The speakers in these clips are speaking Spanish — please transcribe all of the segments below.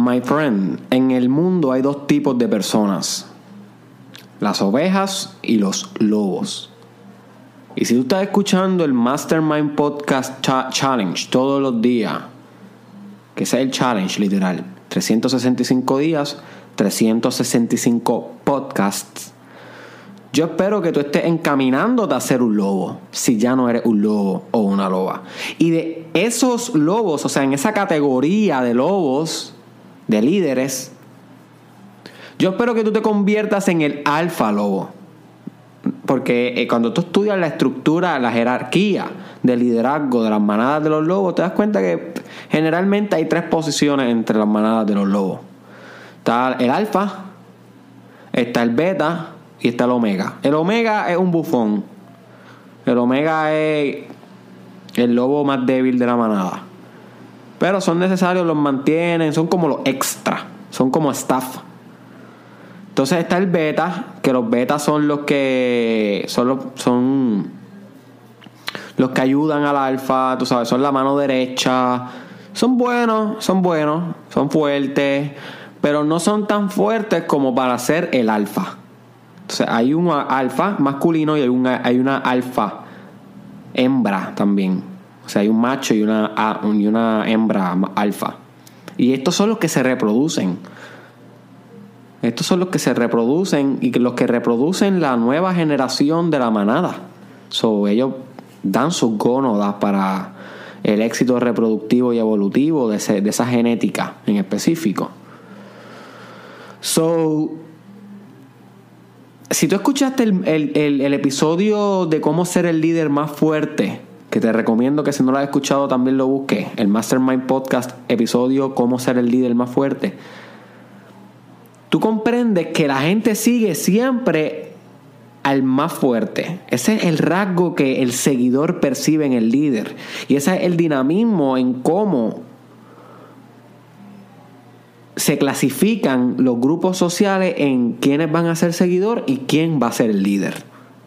My friend, en el mundo hay dos tipos de personas: las ovejas y los lobos. Y si tú estás escuchando el Mastermind Podcast Challenge todos los días, que ese es el challenge literal, 365 días, 365 podcasts, yo espero que tú estés encaminándote a ser un lobo, si ya no eres un lobo o una loba. Y de esos lobos, o sea, en esa categoría de lobos, de líderes, yo espero que tú te conviertas en el alfa lobo. Porque cuando tú estudias la estructura, la jerarquía del liderazgo de las manadas de los lobos, te das cuenta que generalmente hay 3 posiciones entre las manadas de los lobos. Está el alfa, está el beta y está el omega. El omega es un bufón. El omega es el lobo más débil de la manada. Pero son necesarios, los mantienen, son como los extra, son como staff. Entonces está el beta, que los betas son los que son los que ayudan al alfa, tú sabes, son la mano derecha. Son buenos, son fuertes, pero no son tan fuertes como para ser el alfa. Entonces hay un alfa masculino y hay una alfa hembra también. O sea, hay un macho y una hembra alfa. Y estos son los que se reproducen. Estos son los que se reproducen y los que reproducen la nueva generación de la manada. Ellos dan sus gónadas para el éxito reproductivo y evolutivo de esa genética en específico. Si tú escuchaste el episodio de cómo ser el líder más fuerte, que te recomiendo que si no lo has escuchado también lo busques, el Mastermind Podcast, episodio cómo ser el líder más fuerte, tú comprendes que la gente sigue siempre al más fuerte. Ese es el rasgo que el seguidor percibe en el líder. Y ese es el dinamismo en cómo se clasifican los grupos sociales en quiénes van a ser seguidor y quién va a ser el líder.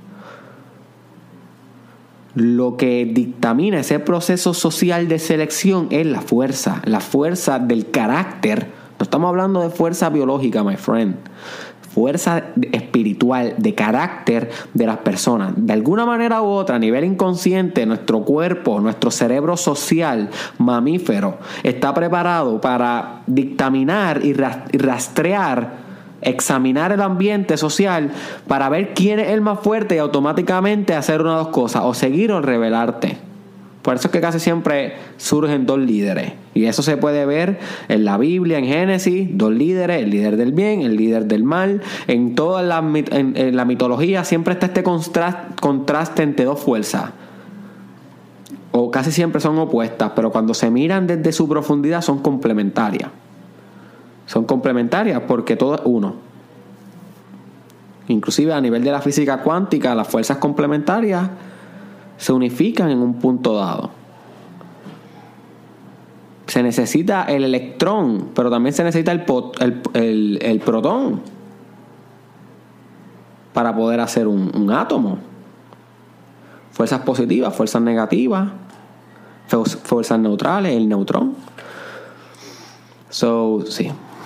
Lo que dictamina ese proceso social de selección es la fuerza del carácter. No estamos hablando de fuerza biológica, my friend. Fuerza espiritual, de carácter de las personas. De alguna manera u otra, a nivel inconsciente, nuestro cuerpo, nuestro cerebro social, mamífero, está preparado para dictaminar y rastrear, examinar el ambiente social para ver quién es el más fuerte y automáticamente hacer una de dos cosas: o seguir o rebelarte. Por eso es que casi siempre surgen 2 líderes. Y eso se puede ver en la Biblia, en Génesis: 2 líderes, el líder del bien, el líder del mal. En toda la mitología siempre está este contraste entre 2 fuerzas. O casi siempre son opuestas, pero cuando se miran desde su profundidad son complementarias. Son complementarias porque todo es uno. Inclusive a nivel de la física cuántica, las fuerzas complementarias se unifican en un punto dado. Se necesita el electrón, pero también se necesita el protón para poder hacer un átomo. Fuerzas positivas, fuerzas negativas, fuerzas neutrales, el neutrón. Sí.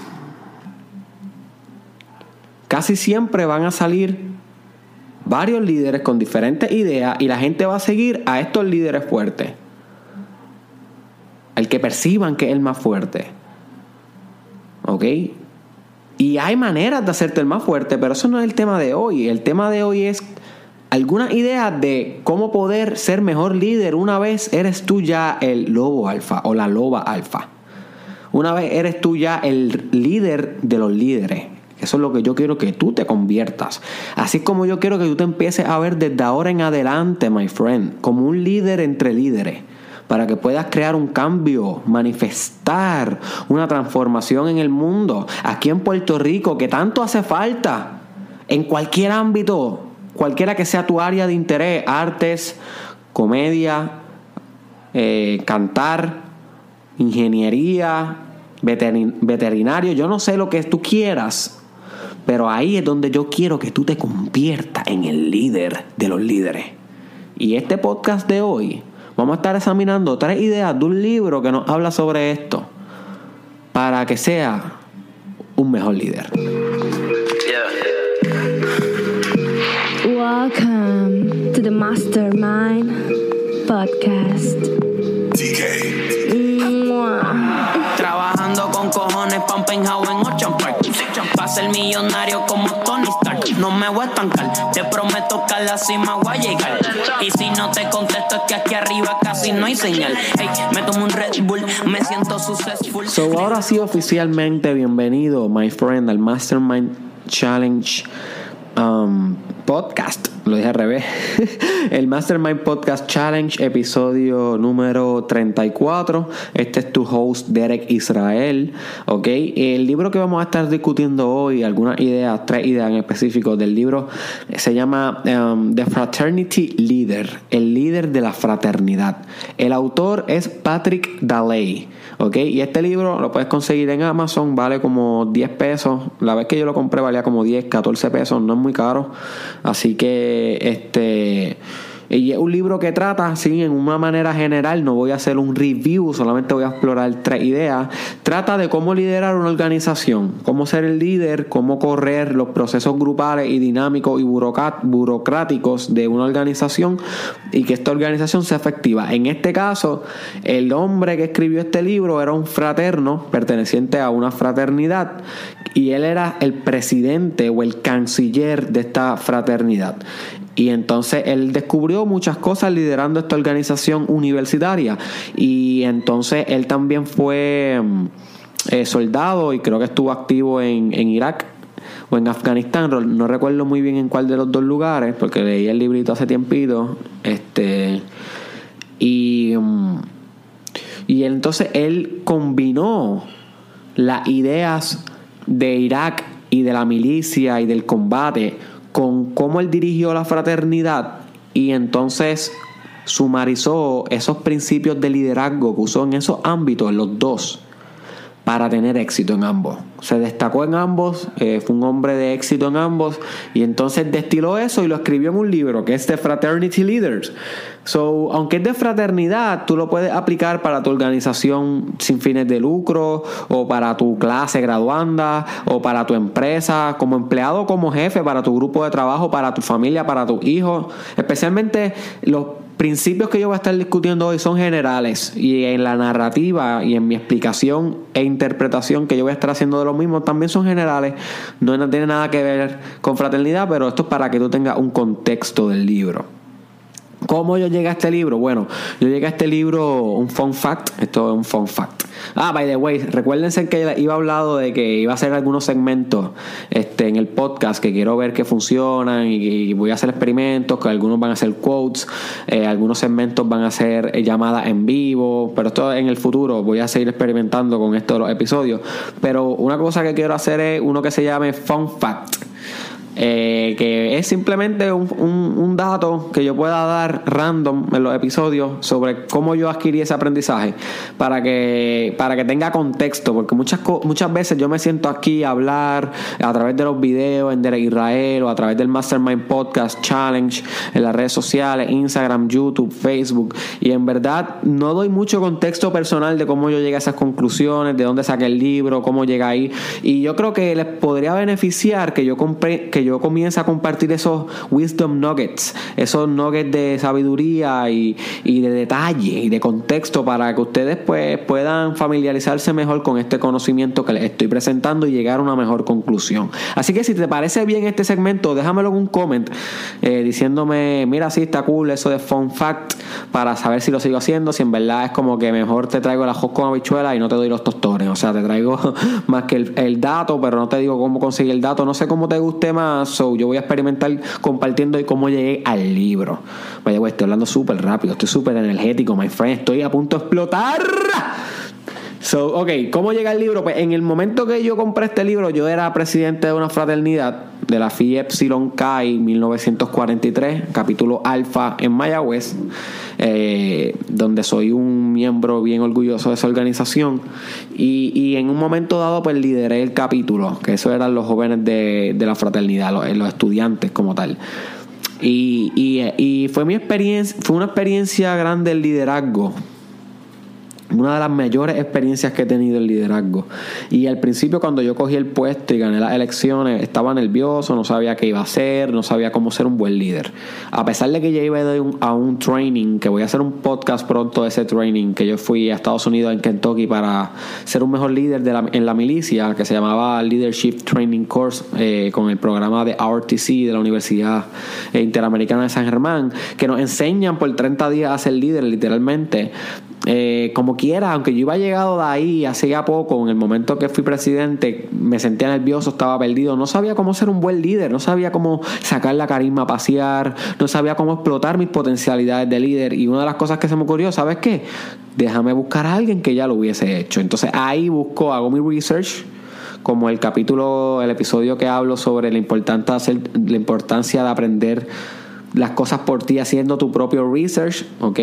Casi siempre van a salir varios líderes con diferentes ideas y la gente va a seguir a estos líderes fuertes, el que perciban que es el más fuerte. ¿Ok? Y hay maneras de hacerte el más fuerte, pero eso no es el tema de hoy. El tema de hoy es algunas ideas de cómo poder ser mejor líder una vez eres tú ya el lobo alfa o la loba alfa. Una vez eres tú ya el líder de los líderes. Eso es lo que yo quiero que tú te conviertas. Así como yo quiero que tú te empieces a ver desde ahora en adelante, my friend, como un líder entre líderes, para que puedas crear un cambio, manifestar una transformación en el mundo, aquí en Puerto Rico, que tanto hace falta, en cualquier ámbito, cualquiera que sea tu área de interés: artes, comedia, cantar, ingeniería, veterinario, yo no sé lo que tú quieras, pero ahí es donde yo quiero que tú te conviertas en el líder de los líderes. Y este podcast de hoy vamos a estar examinando 3 ideas de un libro que nos habla sobre esto, para que sea un mejor líder. Welcome to the Mastermind Podcast. Trabajando con cojones pa' un penthouse en Ocean Park. Pa' ser millonario como Tony Stark. No me voy a estancar, te prometo que a la cima voy a llegar. Y si no te contesto es que aquí arriba casi no hay señal. Hey, me tomo un Red Bull, me siento successful. So, ahora sí, oficialmente, bienvenido, my friend, al Mastermind Challenge Podcast. Lo dije al revés. El Mastermind Podcast Challenge, episodio número 34. Este es tu host, Derek Israel. Ok, el libro que vamos a estar discutiendo hoy, algunas ideas, 3 ideas en específico del libro, se llama The Fraternity Leader, el líder de la fraternidad. El autor es Patrick Daley. Ok, y este libro lo puedes conseguir en Amazon, vale como 10 pesos. La vez que yo lo compré valía como 10, 14 pesos, no es muy caro. Así que y es un libro que trata, sí, en una manera general, no voy a hacer un review, solamente voy a explorar 3 ideas. Trata de cómo liderar una organización, cómo ser el líder, cómo correr los procesos grupales y dinámicos y burocráticos de una organización y que esta organización sea efectiva. En este caso, el hombre que escribió este libro era un fraterno perteneciente a una fraternidad y él era el presidente o el canciller de esta fraternidad. Y entonces él descubrió muchas cosas liderando esta organización universitaria. Y entonces él también fue soldado y creo que estuvo activo en Irak o en Afganistán. No recuerdo muy bien en cuál de los dos lugares porque leí el librito hace tiempito. Y entonces él combinó las ideas de Irak y de la milicia y del combate con cómo él dirigió la fraternidad y entonces sumarizó esos principios de liderazgo que usó en esos ámbitos, los dos, para tener éxito en ambos. Se destacó en ambos, fue un hombre de éxito en ambos y entonces destiló eso y lo escribió en un libro que es The Fraternity Leaders. So, aunque es de fraternidad, tú lo puedes aplicar para tu organización sin fines de lucro o para tu clase graduanda o para tu empresa, como empleado o como jefe, para tu grupo de trabajo, para tu familia, para tus hijos. Especialmente los principios que yo voy a estar discutiendo hoy son generales y en la narrativa y en mi explicación e interpretación que yo voy a estar haciendo de lo mismo también son generales. No tiene nada que ver con fraternidad, pero esto es para que tú tengas un contexto del libro. ¿Cómo yo llegué a este libro? Bueno, yo llegué a este libro, un fun fact. Esto es un fun fact. By the way, recuérdense que iba hablado de que iba a hacer algunos segmentos en el podcast que quiero ver que funcionan y voy a hacer experimentos, que algunos van a ser quotes, algunos segmentos van a ser llamadas en vivo, pero esto en el futuro voy a seguir experimentando con esto de los episodios. Pero una cosa que quiero hacer es uno que se llame fun fact. Que es simplemente un dato que yo pueda dar random en los episodios sobre cómo yo adquirí ese aprendizaje para que tenga contexto, porque muchas veces yo me siento aquí a hablar a través de los videos en Derek Israel o a través del Mastermind Podcast Challenge en las redes sociales, Instagram, YouTube, Facebook, y en verdad no doy mucho contexto personal de cómo yo llegué a esas conclusiones, de dónde saqué el libro, cómo llegué ahí, y yo creo que les podría beneficiar que yo comience a compartir esos wisdom nuggets, esos nuggets de sabiduría y de detalle y de contexto para que ustedes pues puedan familiarizarse mejor con este conocimiento que les estoy presentando y llegar a una mejor conclusión. Así que si te parece bien este segmento, déjamelo en un comment diciéndome, mira, sí, está cool eso de fun fact, para saber si lo sigo haciendo, si en verdad es como que mejor te traigo el arroz con habichuela y no te doy los tostones. O sea, te traigo más que el dato, pero no te digo cómo conseguir el dato. No sé cómo te guste más. So, yo voy a experimentar compartiendo cómo llegué al libro. Vaya, estoy hablando súper rápido, estoy súper energético, my friend. Estoy a punto de explotar. So, ¿cómo llega el libro? Pues en el momento que yo compré este libro, yo era presidente de una fraternidad de la Phi Epsilon Chi 1943, capítulo Alfa en Mayagüez, donde soy un miembro bien orgulloso de esa organización. Y en un momento dado, pues lideré el capítulo, que eso eran los jóvenes de la fraternidad, los estudiantes como tal. Y fue mi experiencia, fue una experiencia grande el liderazgo. una de las mayores experiencias que he tenido en liderazgo. Y al principio, cuando yo cogí el puesto y gané las elecciones, estaba nervioso, no sabía qué iba a hacer, no sabía cómo ser un buen líder. A pesar de que ya iba a un training, que voy a hacer un podcast pronto de ese training, que yo fui a Estados Unidos, en Kentucky, para ser un mejor líder en la milicia, que se llamaba Leadership Training Course, con el programa de RTC de la Universidad Interamericana de San Germán, que nos enseñan por 30 días a ser líder, literalmente. Como quiera, aunque yo iba llegado de ahí hacía poco, en el momento que fui presidente, me sentía nervioso, estaba perdido, no sabía cómo ser un buen líder, no sabía cómo sacar la carisma a pasear, no sabía cómo explotar mis potencialidades de líder. Y una de las cosas que se me ocurrió, ¿sabes qué? Déjame buscar a alguien que ya lo hubiese hecho. Entonces ahí hago mi research, como el episodio que hablo sobre la importancia de aprender las cosas por ti haciendo tu propio research, ¿ok?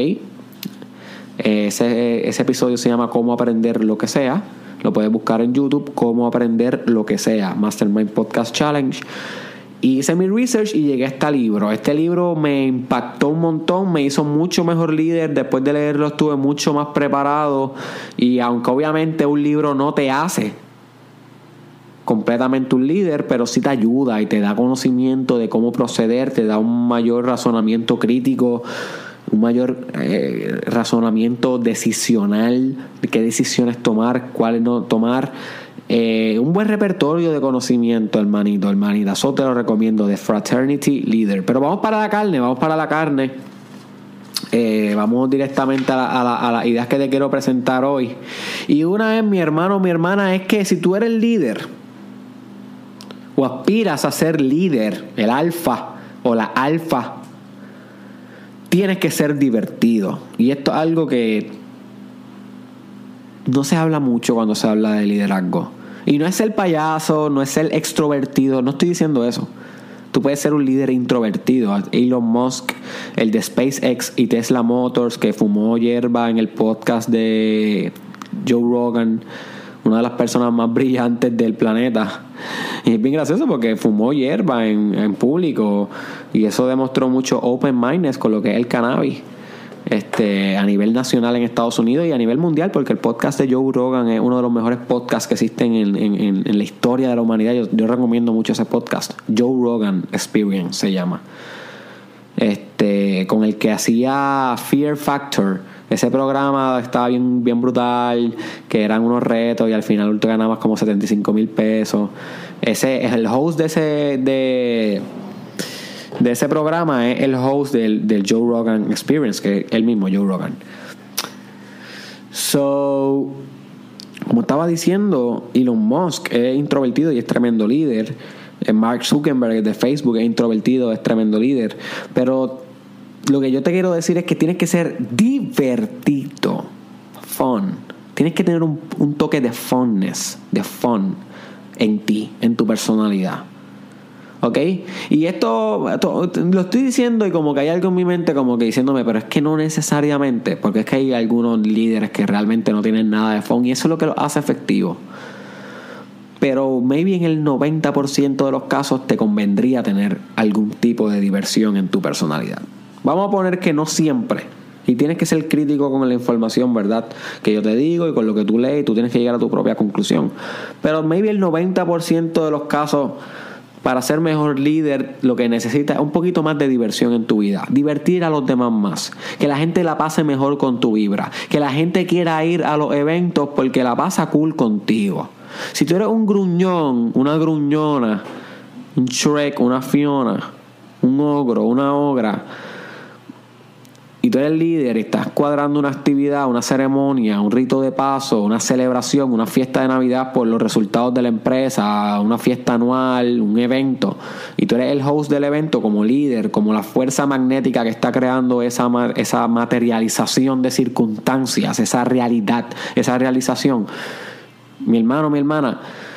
Ese episodio se llama Cómo aprender lo que sea. Lo puedes buscar en YouTube, Cómo aprender lo que sea, Mastermind Podcast Challenge. Y hice mi research y llegué a este libro. Este libro me impactó un montón, me hizo mucho mejor líder. Después de leerlo estuve mucho más preparado. Y aunque obviamente un libro no te hace completamente un líder, pero sí te ayuda y te da conocimiento de cómo proceder, te da un mayor razonamiento crítico, un mayor razonamiento decisional, de qué decisiones tomar, cuáles no tomar, un buen repertorio de conocimiento, hermanita. Eso te lo recomiendo, de Fraternity Leader. Pero vamos para la carne. Vamos directamente a las ideas que te quiero presentar hoy. Y una es, mi hermana, es que si tú eres líder o aspiras a ser líder, el alfa o la alfa, tienes que ser divertido. Y esto es algo que no se habla mucho cuando se habla de liderazgo. Y no es ser payaso, no es ser extrovertido, no estoy diciendo eso. Tú puedes ser un líder introvertido. Elon Musk, el de SpaceX y Tesla Motors, que fumó hierba en el podcast de Joe Rogan, una de las personas más brillantes del planeta. Y es bien gracioso porque fumó hierba en público, y eso demostró mucho open-mindedness con lo que es el cannabis, a nivel nacional en Estados Unidos y a nivel mundial, porque el podcast de Joe Rogan es uno de los mejores podcasts que existen en la historia de la humanidad. Yo recomiendo mucho ese podcast. Joe Rogan Experience se llama, con el que hacía Fear Factor. Ese programa estaba bien brutal, que eran unos retos y al final tú ganabas como $75,000. El host de ese programa es el host del Joe Rogan Experience, que es el mismo Joe Rogan. So, como estaba diciendo, Elon Musk es introvertido y es tremendo líder. Mark Zuckerberg de Facebook es introvertido, es tremendo líder. Pero lo que yo te quiero decir es que tienes que ser divertido, fun. Tienes que tener un toque de funness, de fun en ti, en tu personalidad. ¿Ok? Y esto lo estoy diciendo y como que hay algo en mi mente como que diciéndome, pero es que no necesariamente, porque es que hay algunos líderes que realmente no tienen nada de fun y eso es lo que los hace efectivos. Pero maybe en el 90% de los casos te convendría tener algún tipo de diversión en tu personalidad. Vamos a poner que no siempre. Y tienes que ser crítico con la información, ¿verdad?, que yo te digo, y con lo que tú lees, tú tienes que llegar a tu propia conclusión. Pero maybe el 90% de los casos, para ser mejor líder, lo que necesitas es un poquito más de diversión en tu vida. Divertir a los demás más. Que la gente la pase mejor con tu vibra. Que la gente quiera ir a los eventos porque la pasa cool contigo. Si tú eres un gruñón, una gruñona, un Shrek, una Fiona, un ogro, una ogra, y tú eres líder y estás cuadrando una actividad, una ceremonia, un rito de paso, una celebración, una fiesta de Navidad por los resultados de la empresa, una fiesta anual, un evento, y tú eres el host del evento como líder, como la fuerza magnética que está creando esa materialización de circunstancias, esa realidad, esa realización. Mi hermano, mi hermana,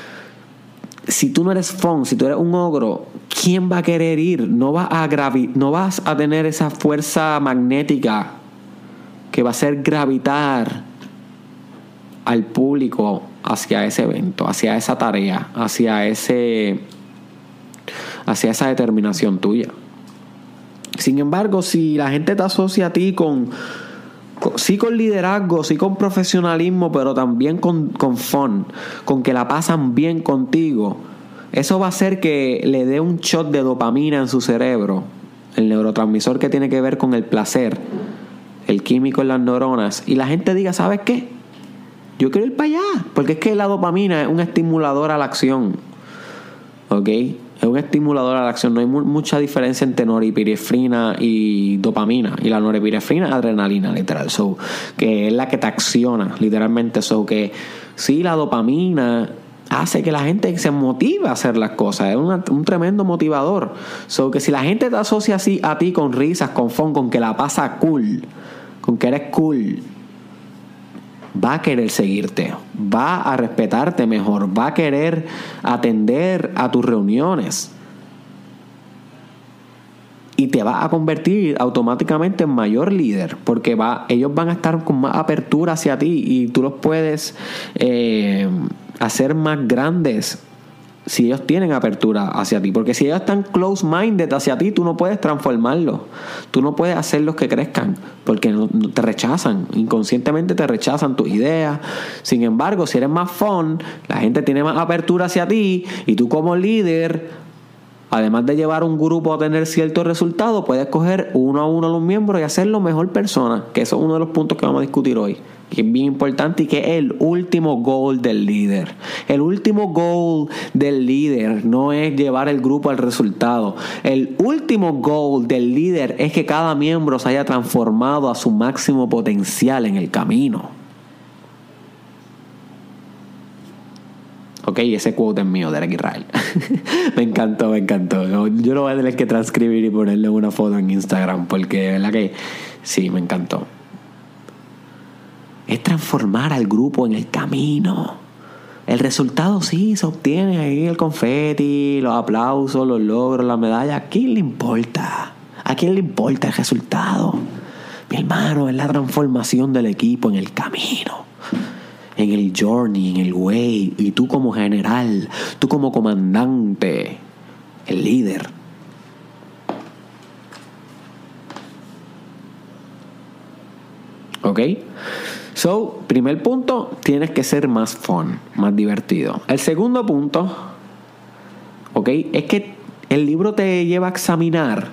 si tú no eres fun, si tú eres un ogro, ¿quién va a querer ir? No vas a tener esa fuerza magnética que va a hacer gravitar al público hacia ese evento, hacia esa tarea, hacia esa determinación tuya. Sin embargo, si la gente te asocia a ti con sí con liderazgo, sí con profesionalismo, pero también con fun, con que la pasan bien contigo, eso va a hacer que le dé un shot de dopamina en su cerebro, el neurotransmisor que tiene que ver con el placer, el químico en las neuronas, y la gente diga, ¿sabes qué? Yo quiero ir para allá, porque es que la dopamina es un estimulador a la acción, ¿ok? Es un estimulador a la acción. No hay mucha diferencia entre norepinefrina y dopamina. Y la norepinefrina es adrenalina, literal. So, que es la que te acciona, literalmente. So, que sí, la dopamina hace que la gente se motive a hacer las cosas. Es un tremendo motivador. So, que si la gente te asocia así a ti con risas, con fun, con que la pasa cool, con que eres cool, va a querer seguirte, va a respetarte mejor, va a querer atender a tus reuniones y te va a convertir automáticamente en mayor líder, porque ellos van a estar con más apertura hacia ti y tú los puedes hacer más grandes si ellos tienen apertura hacia ti. Porque si ellos están close-minded hacia ti, tú no puedes transformarlos. Tú no puedes hacerlos que crezcan, porque no te rechazan. Inconscientemente te rechazan tus ideas. Sin embargo, si eres más fun, la gente tiene más apertura hacia ti, y tú como líder, además de llevar un grupo a tener ciertos resultados, puedes coger uno a uno a los miembros y hacerlo mejor persona. Que eso es uno de los puntos que vamos a discutir hoy, que es bien importante y que es el último goal del líder. El último goal del líder no es llevar el grupo al resultado. El último goal del líder es que cada miembro se haya transformado a su máximo potencial en el camino. Ok, ese quote es mío, Derek Israel. Me encantó. Yo lo voy a tener que transcribir y ponerle una foto en Instagram, porque de verdad que sí, me encantó. Es transformar al grupo en el camino. El resultado sí se obtiene ahí, el confeti, los aplausos, los logros, las medallas. ¿A quién le importa? ¿A quién le importa el resultado? Mi hermano, es la transformación del equipo en el camino, en el journey, en el way. Y tú como general, tú como comandante, el líder. ¿Ok? So, primer punto, tienes que ser más fun, más divertido. El segundo punto, ¿ok?, es que el libro te lleva a examinar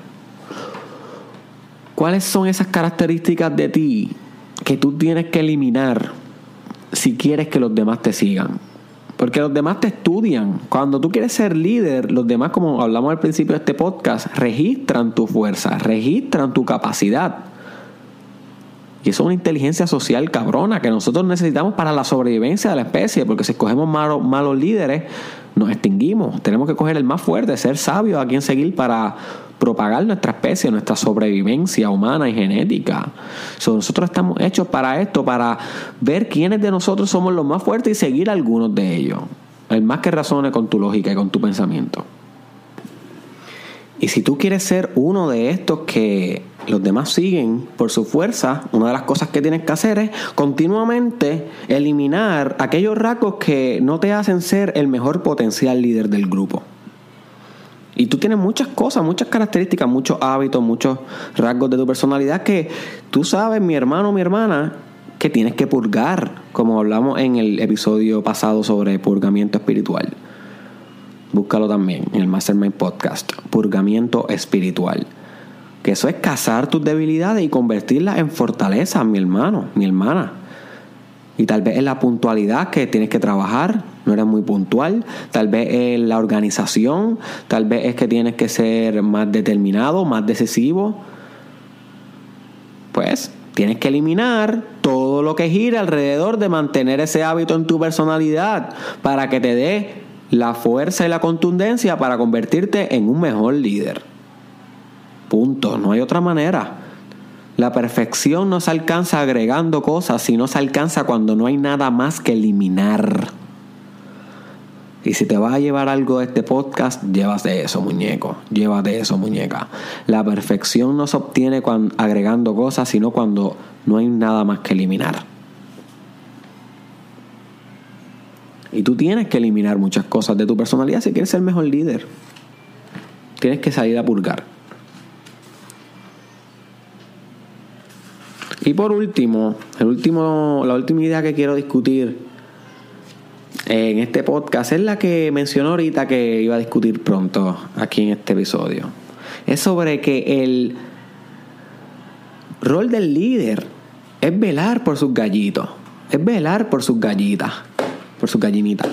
cuáles son esas características de ti que tú tienes que eliminar si quieres que los demás te sigan. Porque los demás te estudian. Cuando tú quieres ser líder, los demás, como hablamos al principio de este podcast, registran tu fuerza, registran tu capacidad. Y eso es una inteligencia social cabrona que nosotros necesitamos para la sobrevivencia de la especie. Porque si escogemos malos líderes, nos extinguimos. Tenemos que coger el más fuerte, ser sabios a quien seguir para propagar nuestra especie, nuestra sobrevivencia humana y genética. Nosotros estamos hechos para esto, para ver quiénes de nosotros somos los más fuertes y seguir a algunos de ellos. El más que razone con tu lógica y con tu pensamiento. Y si tú quieres ser uno de estos que los demás siguen por su fuerza, una de las cosas que tienes que hacer es continuamente eliminar aquellos rasgos que no te hacen ser el mejor potencial líder del grupo. Y tú tienes muchas cosas, muchas características, muchos hábitos, muchos rasgos de tu personalidad que tú sabes, mi hermano, mi hermana, que tienes que purgar, como hablamos en el episodio pasado sobre purgamiento espiritual. Búscalo también en el Mastermind Podcast, purgamiento espiritual. Que eso es cazar tus debilidades y convertirlas en fortalezas, mi hermano, mi hermana. Y tal vez es la puntualidad que tienes que trabajar, no eres muy puntual. Tal vez es la organización, tal vez es que tienes que ser más determinado, más decisivo. Pues tienes que eliminar todo lo que gira alrededor de mantener ese hábito en tu personalidad para que te dé la fuerza y la contundencia para convertirte en un mejor líder. Punto, no hay otra manera. La perfección no se alcanza agregando cosas, sino se alcanza cuando no hay nada más que eliminar. Y si te vas a llevar algo de este podcast, llévate eso, muñeco. Llévate eso, muñeca. La perfección no se obtiene agregando cosas, sino cuando no hay nada más que eliminar. Y tú tienes que eliminar muchas cosas de tu personalidad si quieres ser mejor líder. Tienes que salir a purgar. Y por último, la última idea que quiero discutir en este podcast es la que mencioné ahorita que iba a discutir pronto aquí en este episodio. Es sobre que el rol del líder es velar por sus gallitos, es velar por sus gallitas, por sus gallinitas.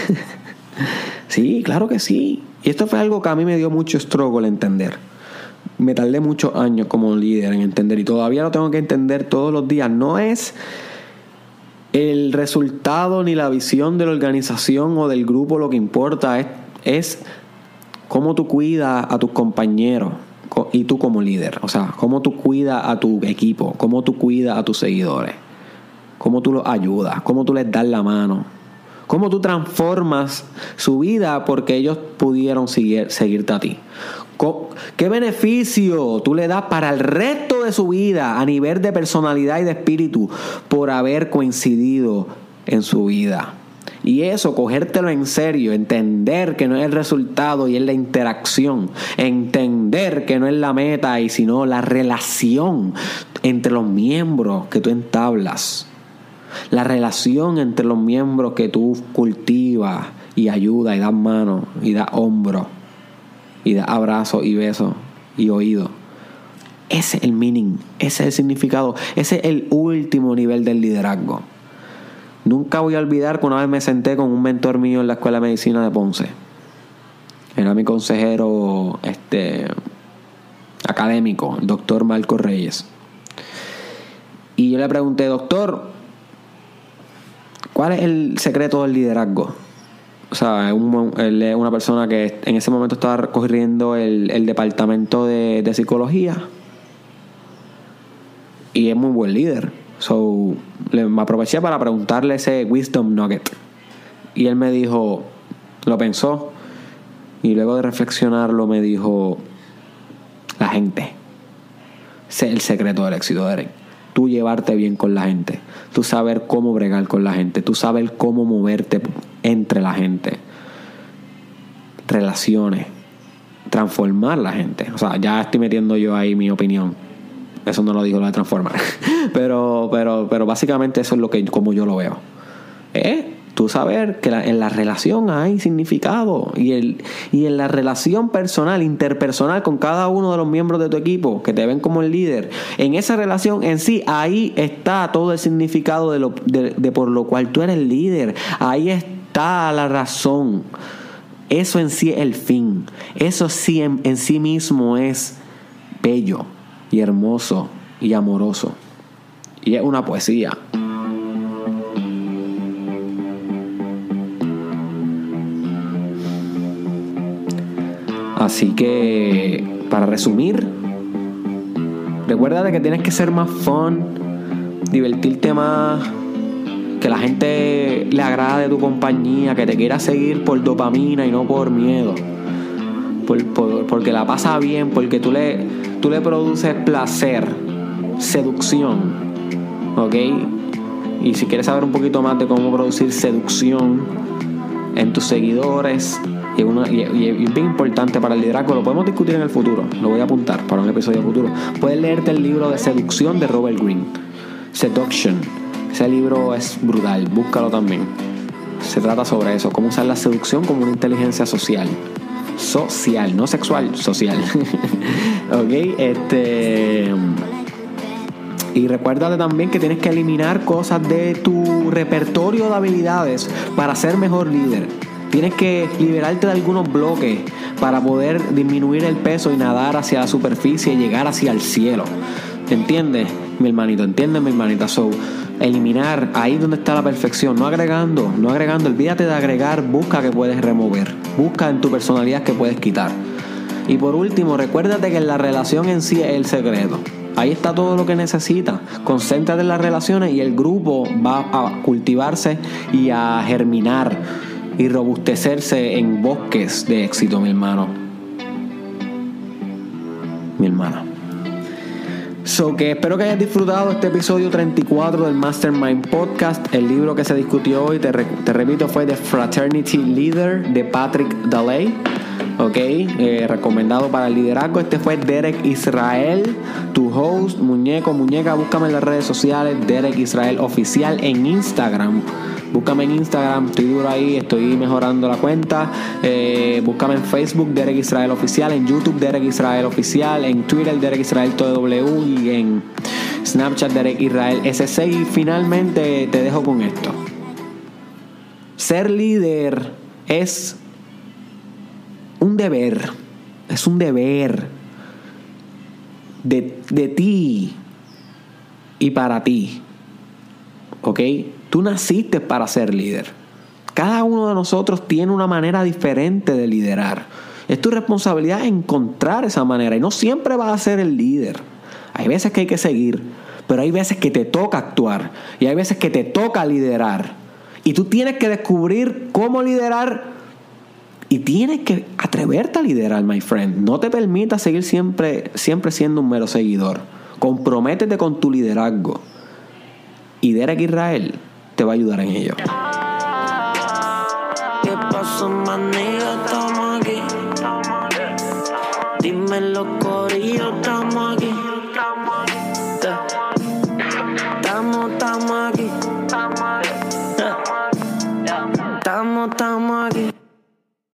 Sí, claro que sí. Y esto fue algo que a mí me dio mucho struggle entender. Me tardé muchos años como líder en entender, y todavía lo tengo que entender todos los días. No es el resultado ni la visión de la organización o del grupo lo que importa, es cómo tú cuidas a tus compañeros y tú como líder. O sea, cómo tú cuidas a tu equipo, cómo tú cuidas a tus seguidores, cómo tú los ayudas, cómo tú les das la mano, cómo tú transformas su vida porque ellos pudieron seguirte a ti. ¿Qué beneficio tú le das para el resto de su vida a nivel de personalidad y de espíritu por haber coincidido en su vida? Y eso, cogértelo en serio, entender que no es el resultado y es la interacción, entender que no es la meta y sino la relación entre los miembros que tú entablas, la relación entre los miembros que tú cultivas y ayudas y das mano y das hombro y da abrazos y besos y oídos. Ese es el meaning, ese es el significado, ese es el último nivel del liderazgo. Nunca voy a olvidar que una vez me senté con un mentor mío en la Escuela de Medicina de Ponce. Era mi consejero académico, el doctor Marco Reyes. Y yo le pregunté: doctor, ¿cuál es el secreto del liderazgo? O sea, él es una persona que en ese momento estaba corriendo el departamento de psicología y es muy buen líder. So, me aproveché para preguntarle ese wisdom nugget. Y él me dijo, lo pensó, y luego de reflexionarlo me dijo: la gente. Ese es el secreto del éxito, Derek. Tú llevarte bien con la gente, tú saber cómo bregar con la gente, tú saber cómo moverte entre la gente, relaciones, transformar la gente. O sea, ya estoy metiendo yo ahí mi opinión. Eso no lo dijo lo de transformar. pero básicamente eso es lo que como yo lo veo. Tú saber que en la relación hay significado y en la relación personal, interpersonal con cada uno de los miembros de tu equipo que te ven como el líder, en esa relación en sí, ahí está todo el significado de por lo cual tú eres líder. Ahí está la razón. Eso en sí es el fin. Eso sí en sí mismo es bello y hermoso y amoroso, y es una poesía. Así que, para resumir, recuerda de que tienes que ser más fun, divertirte más, que la gente le agrade tu compañía, que te quiera seguir por dopamina y no por miedo, porque la pasa bien, porque tú le produces placer, seducción, ¿ok? Y si quieres saber un poquito más de cómo producir seducción en tus seguidores, y es bien importante para el liderazgo, lo podemos discutir en el futuro, lo voy a apuntar para un episodio futuro. Puedes leerte el libro de Seducción de Robert Greene, Seduction. Ese libro es brutal, búscalo también. Se trata sobre eso, cómo usar la seducción como una inteligencia social, no sexual, social. Ok, y recuérdate también que tienes que eliminar cosas de tu repertorio de habilidades para ser mejor líder. Tienes que liberarte de algunos bloques para poder disminuir el peso y nadar hacia la superficie y llegar hacia el cielo. ¿Entiendes, mi hermanito? ¿Entiendes, mi hermanita? So, eliminar ahí donde está la perfección, no agregando. Olvídate de agregar, busca que puedes remover. Busca en tu personalidad que puedes quitar. Y por último, recuérdate que la relación en sí es el secreto. Ahí está todo lo que necesitas. Concéntrate en las relaciones y el grupo va a cultivarse y a germinar y robustecerse en bosques de éxito, mi hermano, mi hermana. So que espero que hayas disfrutado este episodio 34 del Mastermind Podcast. El libro que se discutió hoy, te repito, fue The Fraternity Leader de Patrick Daley. Ok, recomendado para el liderazgo. Este fue Derek Israel, tu host, muñeca. Búscame en las redes sociales, Derek Israel Oficial en Instagram. Búscame en Instagram, estoy duro ahí, estoy mejorando la cuenta. Búscame en Facebook, Derek Israel Oficial, en YouTube, Derek Israel Oficial, en Twitter, Derek Israel TW y en Snapchat, Derek Israel SC. Y finalmente te dejo con esto. Ser líder es un deber, es un deber de ti y para ti, ¿ok? Tú naciste para ser líder. Cada uno de nosotros tiene una manera diferente de liderar. Es tu responsabilidad encontrar esa manera y no siempre vas a ser el líder. Hay veces que hay que seguir, pero hay veces que te toca actuar y hay veces que te toca liderar. Y tú tienes que descubrir cómo liderar. Y tienes que atreverte a liderar, my friend. No te permitas seguir siempre siendo un mero seguidor. Comprométete con tu liderazgo. Y Derek Israel te va a ayudar en ello. ¿Qué pasó, maniga? Estamos aquí. Dímelo, corillo, estamos aquí.